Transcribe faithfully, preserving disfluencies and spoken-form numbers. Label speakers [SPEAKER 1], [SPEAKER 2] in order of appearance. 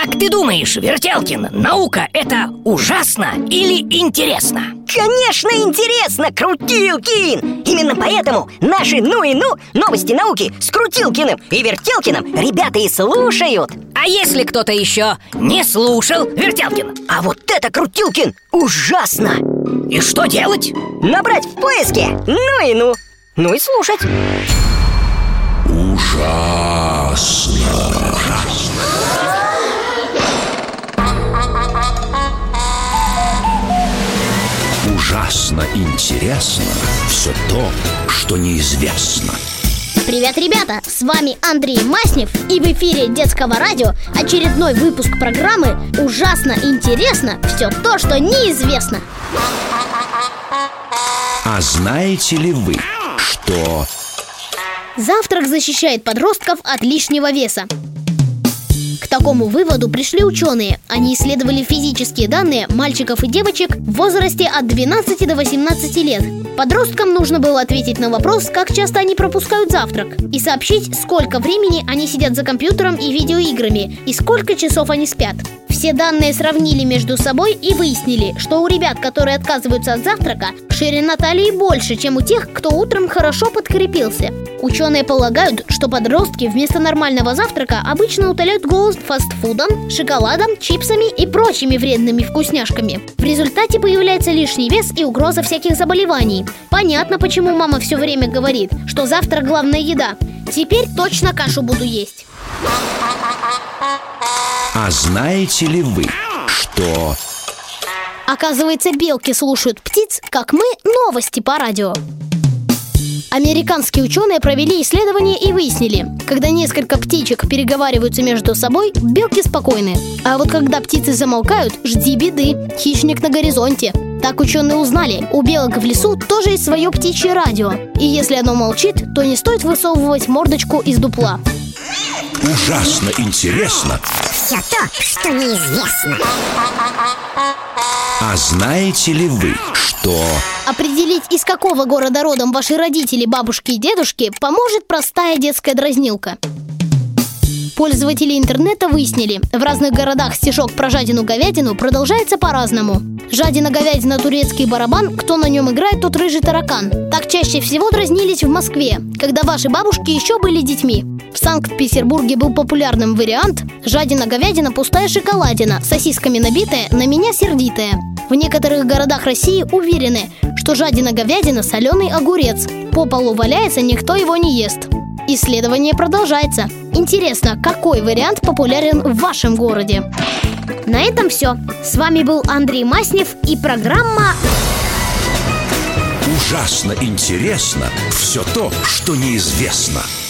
[SPEAKER 1] Как ты думаешь, Вертелкин, наука — это ужасно или интересно?
[SPEAKER 2] Конечно, интересно, Крутилкин! Именно поэтому наши «Ну и ну» новости науки с Крутилкиным и Вертелкиным ребята и слушают.
[SPEAKER 1] А если кто-то еще не слушал Вертелкина?
[SPEAKER 2] А вот это, Крутилкин, ужасно!
[SPEAKER 1] И что делать?
[SPEAKER 2] Набрать в поиске «Ну и ну». Ну и слушать.
[SPEAKER 3] Ужасно. Ужасно интересно все то, что неизвестно.
[SPEAKER 4] Привет, ребята! С вами Андрей Маснев, и в эфире Детского радио очередной выпуск программы «Ужасно интересно все то, что неизвестно».
[SPEAKER 3] А знаете ли вы, что...
[SPEAKER 4] Завтрак защищает подростков от лишнего веса. К такому выводу пришли ученые. Они исследовали физические данные мальчиков и девочек в возрасте от двенадцати до восемнадцати лет. Подросткам нужно было ответить на вопрос, как часто они пропускают завтрак, и сообщить, сколько времени они сидят за компьютером и видеоиграми, и сколько часов они спят. Все данные сравнили между собой и выяснили, что у ребят, которые отказываются от завтрака, ширина талии больше, чем у тех, кто утром хорошо подкрепился. Ученые полагают, что подростки вместо нормального завтрака обычно утоляют голод фастфудом, шоколадом, чипсами и прочими вредными вкусняшками. В результате появляется лишний вес и угроза всяких заболеваний. Понятно, почему мама все время говорит, что завтрак — главная еда. Теперь точно кашу буду есть.
[SPEAKER 3] А знаете ли вы, что...
[SPEAKER 4] Оказывается, белки слушают птиц, как мы, новости по радио. Американские ученые провели исследование и выяснили, когда несколько птичек переговариваются между собой, белки спокойны. А вот когда птицы замолкают, жди беды, хищник на горизонте. Так ученые узнали, у белок в лесу тоже есть свое птичье радио. И если оно молчит, то не стоит высовывать мордочку из дупла.
[SPEAKER 3] Ужасно интересно
[SPEAKER 2] все то, что неизвестно.
[SPEAKER 3] А знаете ли вы, что...
[SPEAKER 4] Определить, из какого города родом ваши родители, бабушки и дедушки, поможет простая детская дразнилка. Пользователи интернета выяснили, в разных городах стишок про жадину-говядину продолжается по-разному. Жадина-говядина, турецкий барабан, кто на нем играет, тот рыжий таракан. Так чаще всего дразнились в Москве, когда ваши бабушки еще были детьми. В Санкт-Петербурге был популярным вариант «Жадина-говядина, пустая шоколадина, сосисками набитая, на меня сердитая». В некоторых городах России уверены, что жадина-говядина – соленый огурец. По полу валяется, никто его не ест. Исследование продолжается. Интересно, какой вариант популярен в вашем городе? На этом все. С вами был Андрей Маснев и программа
[SPEAKER 3] Ужасно интересно все то, что неизвестно.